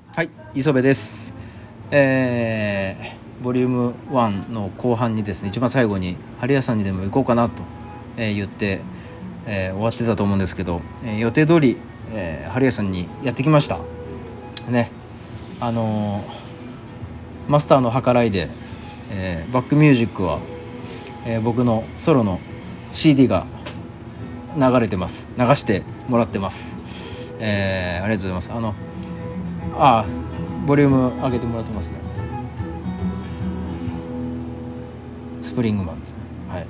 はい、磯部です。ボリューム1の後半にですね、一番最後に春屋さんにでも行こうかなと、言って、終わってたと思うんですけど、予定通り、春屋さんにやってきましたね。マスターの計らいで、バックミュージックは、僕のソロの CD が流れてます。流してもらってます。ありがとうございます。ボリューム上げてもらってますね。スプリングマンですね。はい。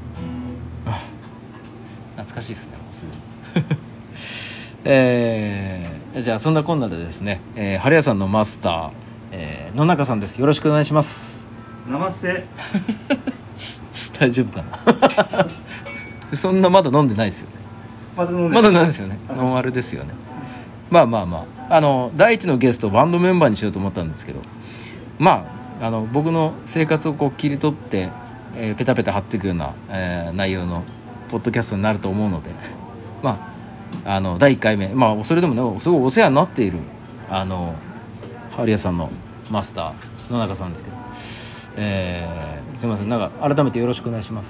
懐かしいですね。もうすぐじゃあそんなこんなでですね、春屋さんのマスター、野中さんです。よろしくお願いします。 ナマステ。 大丈夫かなそんなまだ飲んでないですよね。まだなんですよね。ノンアルですよね。まあ第一のゲストをバンドメンバーにしようと思ったんですけど、僕の生活をこう切り取って、ペタペタ貼っていくような、内容のポッドキャストになると思うので、第1回目、それでもね、すごいお世話になっている春屋さんのマスター野中さんですけど、すいません、なんか改めてよろしくお願いします。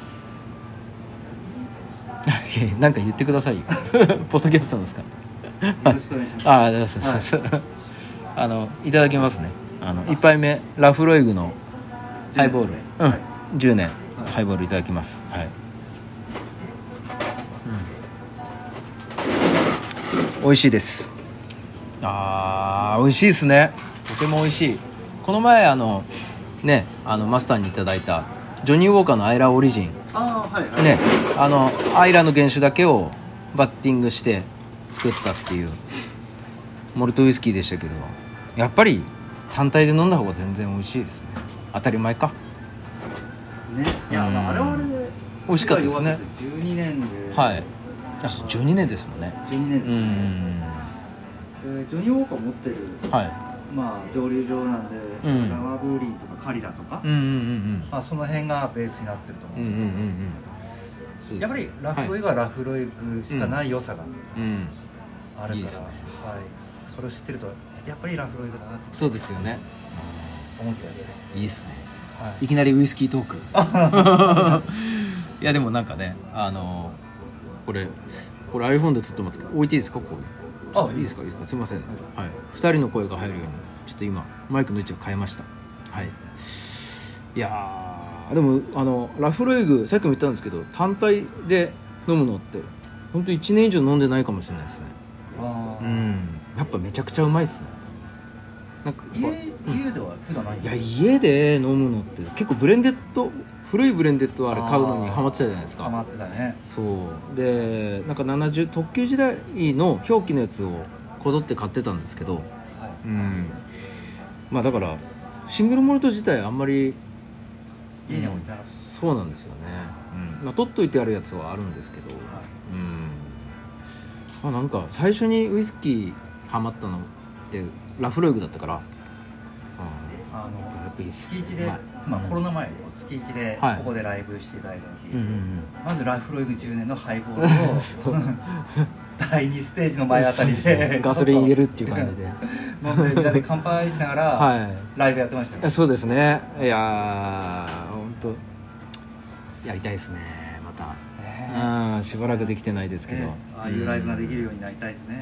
なんか言ってくださいよポッドキャストですかよろしくお願いします。 いただきますね。1杯目ラフロイグのハイボール、10年、ハイボールいただきます。はい、美味しいです。美味しいですね。とても美味しい。この前マスターにいただいたジョニー・ウォーカーのアイラオリジン、アイラの原酒だけをバッティングして作ったっていうモルトウイスキーでしたけど、やっぱり単体で飲んだ方が全然美味しいですね。当たり前かね。いや、あれはあれで美味しかったですね。 12年で、 はい、12年ですもんね。 12年で、ジョニー・ウォーカー持ってる、蒸留所なんで、ラワーブーリーとかカリラとか、その辺がベースになってると思うんですけど、やっぱりラフロイグはラフロイグしかない良さがあるから、それを知ってるとやっぱりラフロイグだなって。 そうですよね。 思っちゃうね。 いいっすね。いきなりウイスキートークいやでもなんかね、これ iPhone で撮ってますけど、置いていいですか？ここにいいですか？すいません、2人の声が入るようにちょっと今マイクの位置を変えました。はい。いやでもラフロイグさっきも言ったんですけど、単体で飲むのって本当1年以上飲んでないかもしれないですね。やっぱめちゃくちゃうまいっすね。なんか家では普段ない？ いや、家で飲むのって結構古いブレンデッドあれ買うのにハマってたじゃないですか。 ハマってたね。 そうで、なんか特急時代の表記のやつをこぞって買ってたんですけど、だからシングルモルト自体あんまり家に置いてある。 そうなんですよね。取っといてあるやつはあるんですけど、なんか最初にウイスキーハマったのってラフロイグだったから、 月1で、コロナ前月1でここでライブしていただいた時、まずラフロイグ10年のハイボールを第2ステージの前あたりでガソリン入れるっていう感じで飲んでみんなで乾杯しながらライブやってましたね。 そうですね。いや本当やりたいですね。またしばらくできてないですけど、 ああいうライブができるようになりたいですね。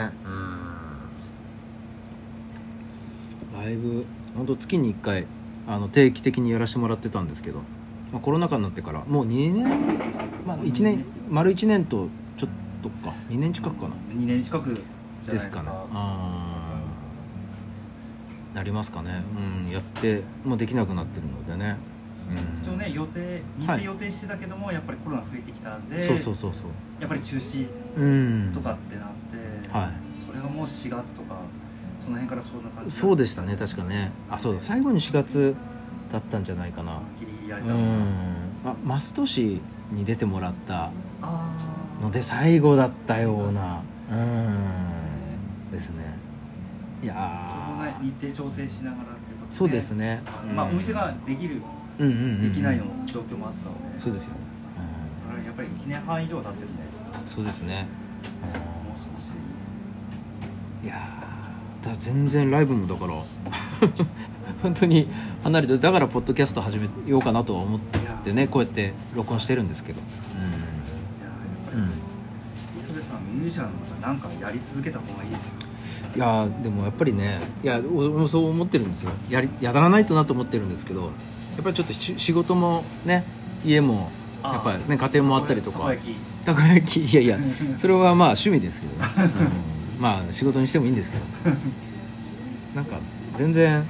ライブ本当月に1回定期的にやらせてもらってたんですけど、コロナ禍になってからもう2年、1年丸1年とちょっとか2年近くかな。 2年近くじゃないですか。 なりますかね。やってもうできなくなってるのでね。 一応ね、日程予定してたけども、やっぱりコロナ増えてきたんで、 そうやっぱり中止とかってなって、それがもう4月とかその辺からそんな感じ。 そうでしたね、確かね。そうだ、最後に4月だったんじゃないかな。マスト氏に出てもらったので最後だったようなですね。いやそのね、日程調整しながらっていうことで、 そうですね。 お店ができるできないの状況もあったので、 そうですよ。 やっぱり1年半以上経ってるじゃないですか。 そうですね。 もう少し。 いや全然ライブもだから本当に離れて、だからポッドキャスト始めようかなとは思ってね、こうやって録音してるんですけど、 磯部さんミュージシャンなんかやり続けた方がいいですよ。 いやでもやっぱりね、いや俺もそう思ってるんですよ。やらないとなと思ってるんですけど、やっぱりちょっと仕事もね、家もやっぱりね、家庭もあったりとか、たこ焼きいやそれはまあ趣味ですけどね、まあ仕事にしてもいいんですけどなんか全然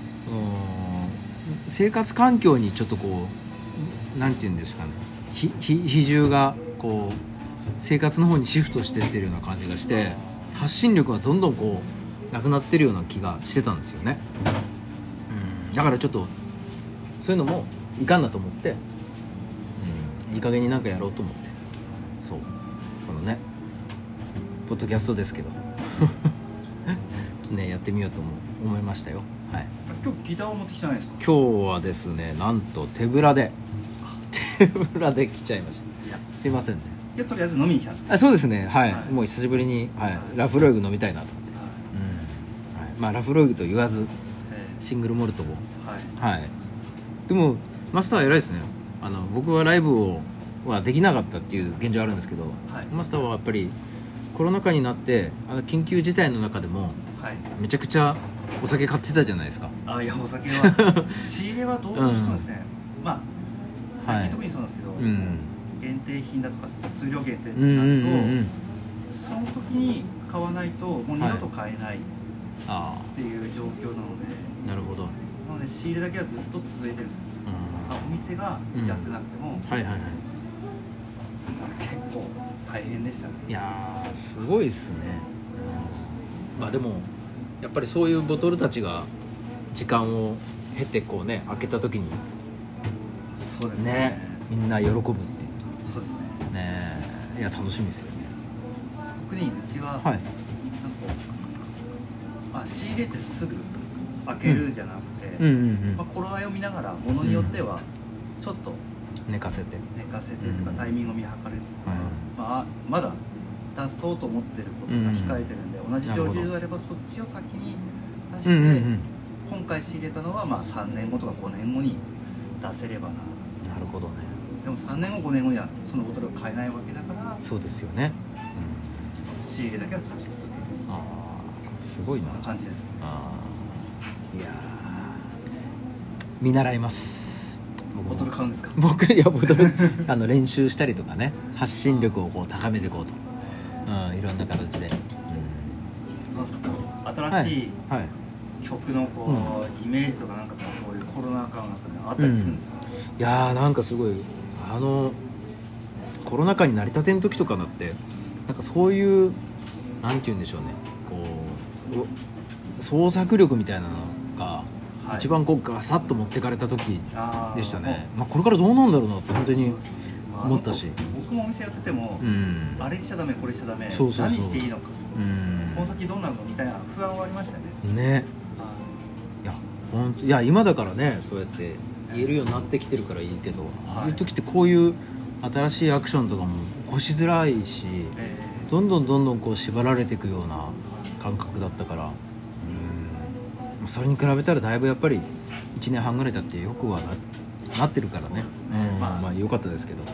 生活環境にちょっとこうなんていうんですかね、比重がこう生活の方にシフトしてってるような感じがして、発信力がどんどんこうなくなってるような気がしてたんですよね。だからちょっとそういうのもいかんなと思って、いい加減になんかやろうと思って、そうこのねポッドキャストですけどねやってみようと思いましたよ。はい。 今日ギターを持ってきてないですか？ 今日はですね、なんと手ぶらで来ちゃいました。すいませんね。 いやとりあえず飲みに来たんですか？ そうですね、はい、もう久しぶりに、はい、ラフロイグ飲みたいなと思って、まあラフロイグと言わずシングルモルトを、はい、でもマスターは偉いですね。僕はライブはできなかったっていう現状あるんですけど、マスターはやっぱりコロナ禍になって緊急事態の中でも、めちゃくちゃお酒買ってたじゃないですか。 いやお酒は仕入れはどうしてもですね、まあ最近特にそうなんですけど、限定品だとか数量限定ってなると、その時に買わないともう二度と買えないっていう状況なので、 なるほど。 なので仕入れだけはずっと続いてるんです。お店がやってなくても、結構大変でしたね。 いやーすごいですね。まあでもやっぱりそういうボトルたちが時間を経てこうね開けた時に、 そうですね、 みんな喜ぶっていう。 そうですね。 ねえ、いや楽しみですよね。 特にうちは、なんかこう、仕入れてすぐ開けるじゃなくて、頃合いを見ながらものによってはちょっと寝かせてというかタイミングを見計る、まだ出そうと思ってることが控えてるんで、同じ蒸留であればそっちを先に出して、今回仕入れたのは3年後とか5年後に出せればな。 なるほどね。 でも3年後5年後にはそのボトルを買えないわけだから、 そうですよね、 仕入れだけはずっと続ける。 すごいな感じですね。 いや見習います。 ボトル買うんですか？ 僕いやボトル練習したりとかね、発信力をこう高めていこうと、いろんな形で、 新しい曲のこう、イメージとかなんかこういうコロナ禍の中であったりするんですか？ いやなんかすごいコロナ禍になりたての時とかだってなんかそういうなんて言うんでしょうね、こう創作力みたいなのが一番こうガサッと持ってかれた時でしたね。これからどうなんだろうなって本当に思ったし、 僕もお店やってても、あれしちゃダメこれしちゃダメ、 そう何していいのか、この先どうなるのみたいな不安はありましたね。 いや本当、いや今だからねそうやって言えるようになってきてるからいいけど、ああいう時ってこういう新しいアクションとかも起こしづらいし、どんどんこう縛られていくような感覚だったから、それに比べたらだいぶやっぱり1年半ぐらい経ってよくは なってるからね、まあ良かったですけど、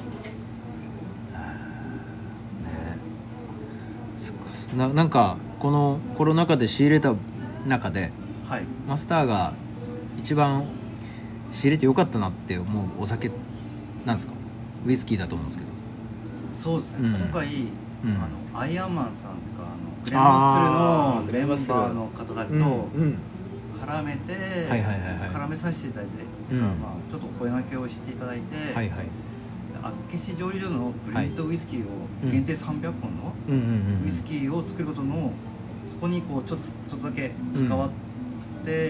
なんかこのコロナ禍で仕入れた中で、マスターが一番仕入れてよかったなって思うお酒なんですか？ウイスキーだと思うんですけど。 そうですね、今回、アイアンマンさんとかグレンマッスルのメンバーの方たちと絡めて、絡めさせていただいて、ちょっとお声掛けをしていただいて、厚岸蒸留所のブリッドウイスキーを限定300本のウイスキーを作ることの、そこにこうちょっとだけ関わって、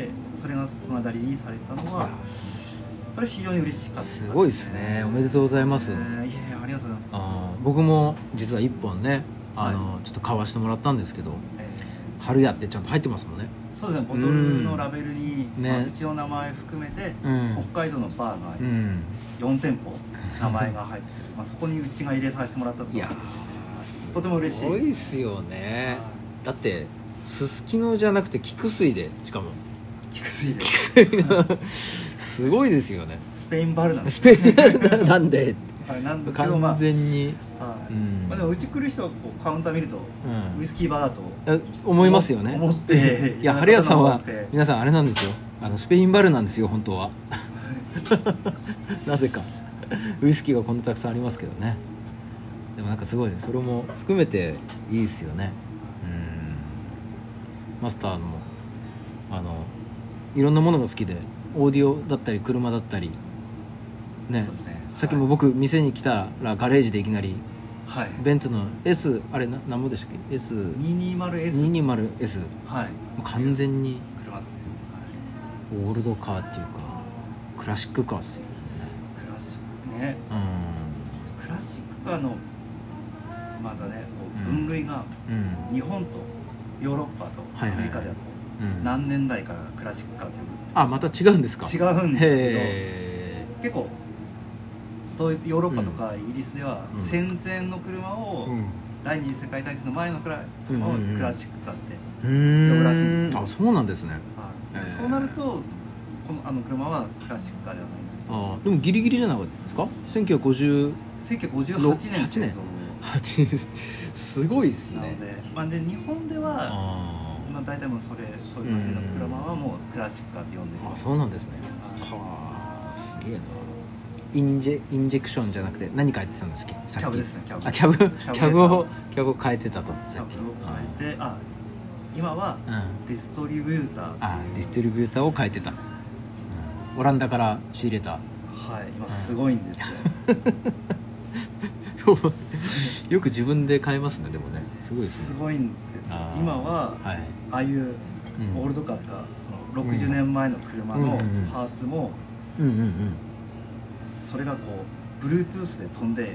それがこの間リリースされたのはそれ非常に嬉しかったです。 すごいですね。おめでとうございます。 いやありがとうございます。 僕も実は1本ねちょっと買わしてもらったんですけど、春屋ってちゃんと入ってますもんね。 そうですね、ボトルのラベルに、うちの名前含めて、北海道のバーが4店舗名前が入ってる、そこにうちが入れさせてもらったと。いやとても嬉しい。すごいですよね。だってすすきのじゃなくて菊水で、しかも菊水ですごいですよね。 スペインバルなんです、 スペインバルなんでなんですけど、 完全に、 でもうち来る人はこうカウンター見ると、ウイスキーバーだと思いますよね。 思っていや春屋さんは皆さんあれなんですよ、スペインバルなんですよ本当はなぜかウイスキーがこんなたくさんありますけどね。でもなんかすごいそれも含めていいですよね。マスターもいろんなものが好きで、オーディオだったり車だったりね。さっきも僕店に来たらガレージでいきなり、ベンツの S あれ何もでしたっけ S220S、 はい、 もう完全に車ですね、 オールドカーっていうかクラシックカーですよね。 クラシックね、クラシックカーのまだねこう分類が日本とヨーロッパとアメリカではこう何年代からクラシックカーと呼ぶ。 また違うんですか。 違うんですけど、結構ヨーロッパとかイギリスでは戦前の車を第二次世界大戦の前の車をクラシックカーって呼ぶらしいんですよ。 そうなんですね。 そうなるとこの車はクラシックカーではないんですけど、 でもギリギリじゃなかったですか。1958 年ですね。 すごいっすね。 なので、で日本では大体もうそういうのの車はもうクラシックカーって呼んでる。 そうなんですね。はあ、すげえな。インジェクションじゃなくて何変えてたんですっけ。 キャブですね。キャブを変えてたと。 キャブを変えて、今はディストリビューター。 ディストリビューターを変えてた。オランダから仕入れた。 今すごいんですよ。 よく自分で買えますね。でもね、すごいですね。 すごいんですよ。今はああいうオールドカーとかその60年前の車のパーツもそれがこう Bluetooth で飛んで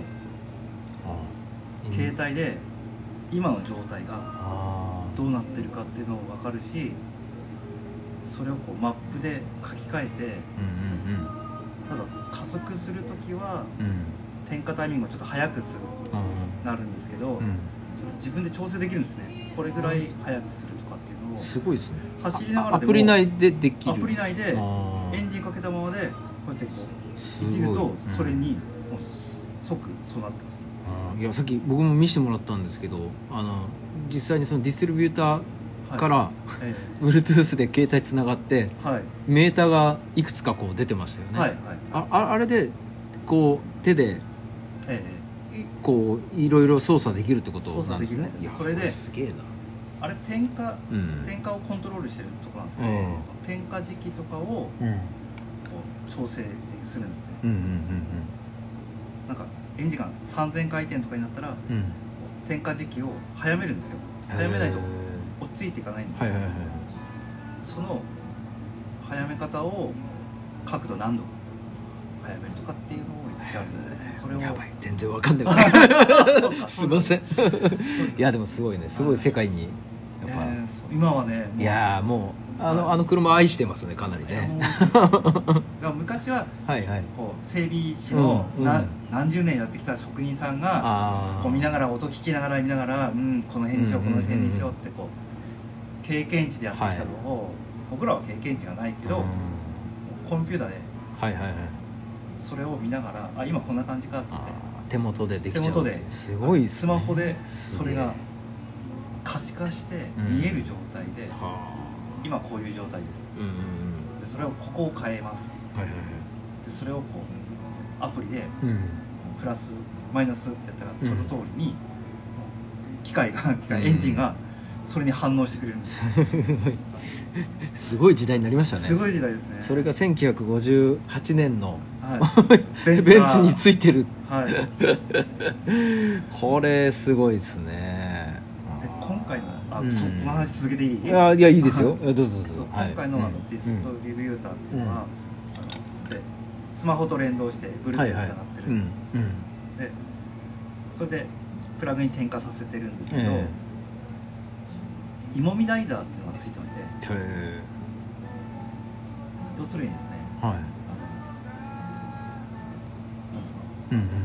携帯で今の状態がどうなってるかっていうのを分かるし、それをこうマップで書き換えて、ただ加速するときは点火タイミングをちょっと早くするなるんですけど、それ自分で調整できるんですね。これぐらい早くするとかっていうのをすご即走りながらでもアプリ内でできる。 アプリ内でエンジンかけたままでこうやってこういじるとそれにもう即そうなってくる。 いやさっき僕も見せてもらったんですけど、実際にそのディストリビューターから、Bluetooth で携帯つながって、メーターがいくつかこう出てましたよね。あれでこう手でこういろいろ操作できるってことなんですね。 それですげえな。 あれ点火をコントロールしてるところなんですけど、点火時期とかをこう調整するんですね。なんかエンジンが3000回転とかになったら、点火時期を早めるんですよ。早めないと追っついていかないんですよ。その早め方を角度何度早めるとかっていうのをやるんです。それをやばい、全然わかんないすいません。いやでもすごいね、すごい世界にやっぱ、 今はね、 いやもうあの車愛してますね、かなりね。 昔はこう整備士の何十年やってきた職人さんがこう見ながら音聞きながら見ながら、この辺にしようこの辺にしようってこう経験値でやってきたのを、僕らは経験値がないけどコンピューターでそれを見ながら、今こんな感じかって手元でできちゃうって、すごいですね。スマホでそれが可視化して見える状態で、今こういう状態です、でそれをここを変えます、でそれをこうアプリでプラスマイナスってやったらその通りに機械エンジンがそれに反応してくれるんですすごい時代になりましたね。 すごい時代ですね。 それが1958年のベンツについてる、これすごいですね。 で今回のこの話続けていい？ いやいいですよ、どうぞどうぞ。 今回のディストリビューターっていうのはスマホと連動して Bluetooth でつながってる、でそれでプラグに点火させてるんですけど、イモミナイザーっていうのがついてまして、要するにですね、なんつうの、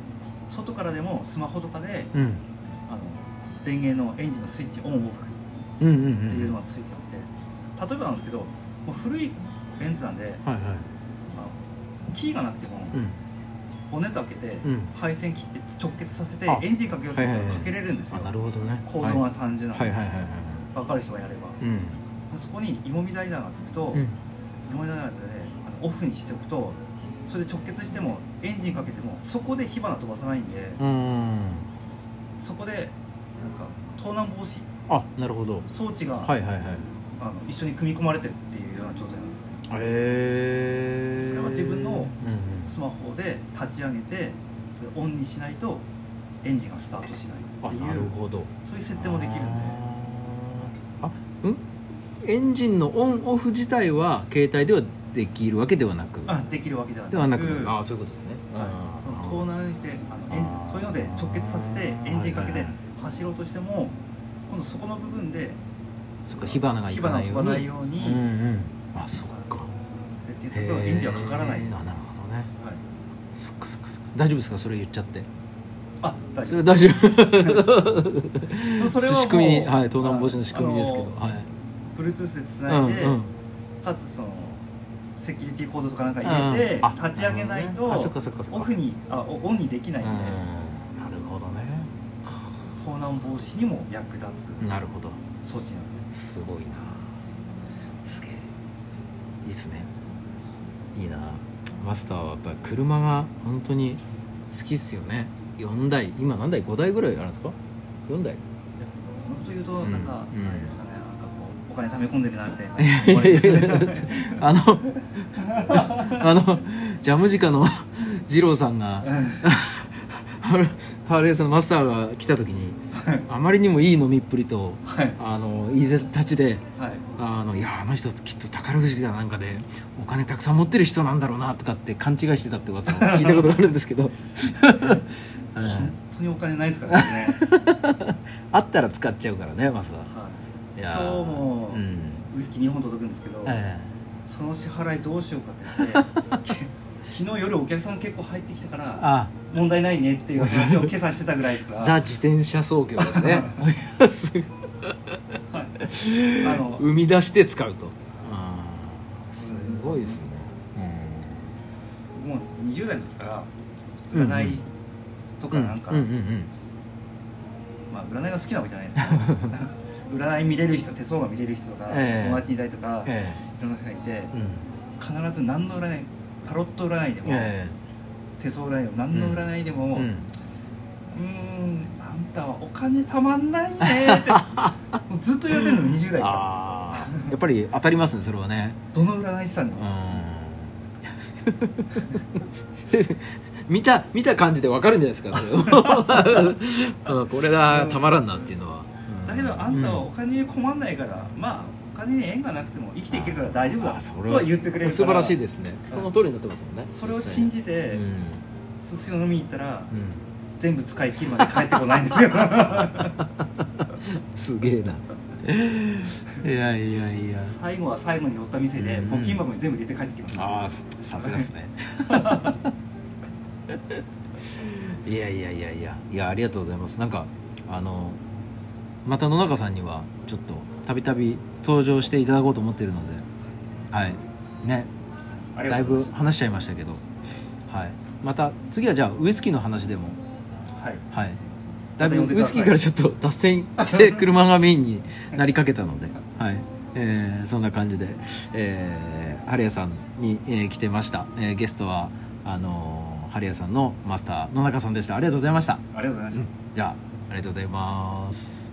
外からでもスマホとかで、電源のエンジンのスイッチオンオフっていうのがついてまして、例えばなんですけどもう古いベンツなんで、はいはい、キーがなくても、ボネット開けて、配線切って直結させてエンジンかけようとかけれるんですよ。 なるほどね。 構造が単純なので分かる人がやれば、そこにイモミダイナーがつくと、イモミダイナーで、オフにしておくとそれで直結してもエンジンかけてもそこで火花飛ばさないんで、そこでなんですか盗難防止なるほど装置が、一緒に組み込まれてるっていうような状態なんです。それは自分のスマホで立ち上げてそれオンにしないとエンジンがスタートしないっていう、 なるほど、 そういう設定もできるんで、エンジンのオンオフ自体は携帯ではできるわけではなく、 できるわけではなく、 そういうことですね。 その盗難してエンジンそういうので直結させてエンジンかけて走ろうとしても、今度そこの部分で火花がいかないように、 飛ばないように、 そうか、 設定するとエンジンはかからない。 なるほどね。そっか。大丈夫ですか、それ言っちゃって。 大丈夫。 大丈夫。 それはもう仕組み、盗難防止の仕組みですけど、 Bluetooth でつないで、かつそのセキュリティコードとかなんか入れて立ち上げないとオフにオンにできないんで、なるほどね。 盗難防止にも役立つなるほど装置なんです。 すごいな、すげえいいっすね。いいな。マスターはやっぱり車が本当に好きっすよね。4台、今何台、5台ぐらいあるんですか。4台。 そのこと言うとなんかあれですよね、なんかこうお金貯め込んでるなみたいな。 ジャムジカの二郎さんがハーレースのマスターが来た時に、あまりにもいい飲みっぷりと、いい立ちで、いやあの人きっと宝くじかなんかでお金たくさん持ってる人なんだろうなとかって勘違いしてたって噂を聞いたことがあるんですけど本当にお金ないですからね。 あったら使っちゃうからね、マスター。 今日もウイスキー2本届くんですけど、その支払いどうしようかって昨日夜お客さん結構入ってきたから問題ないねっていう話を今朝してたぐらいですからザ自転車操業ですね。生み出して使うと、すごいですね。 もう20代の時から占いとかなんか、占いが好きなわけじゃないですけど占い見れる人、手相が見れる人とか、友達にいたりとか、いろんな人がいて、必ず何の占い、タロット占いでも、手相占いでも何の占いでも、あんたはお金たまんないねってもうずっと言われてるの、20代から。 やっぱり当たりますね、それはね。 どの占い師さんにも見た感じで分かるんじゃないですか、それこれがたまらんなっていうのは。 だけどあんたはお金に困んないから、お金に縁がなくても生きていけるから大丈夫だとは言ってくれるから、 素晴らしいですね。その通りになってますもんね。 それを信じてすすきの飲みに行ったら、全部使い切るまで帰ってこないんですよ。 すげえな。いや最後は最後に寄った店で募金箱に全部入れて帰ってきます。さすがですね。いやありがとうございます。なんかまた野中さんにはちょっとたびたび登場していただこうと思っているので、だいぶ話しちゃいましたけど、また次はじゃあウイスキーの話でも、だいぶウイスキーからちょっと脱線して車がメインになりかけたので、そんな感じで、春屋さんに、来てました。ゲストは春屋さんのマスター野中さんでした。ありがとうございました。 ありがとうございました。 じゃあありがとうございます。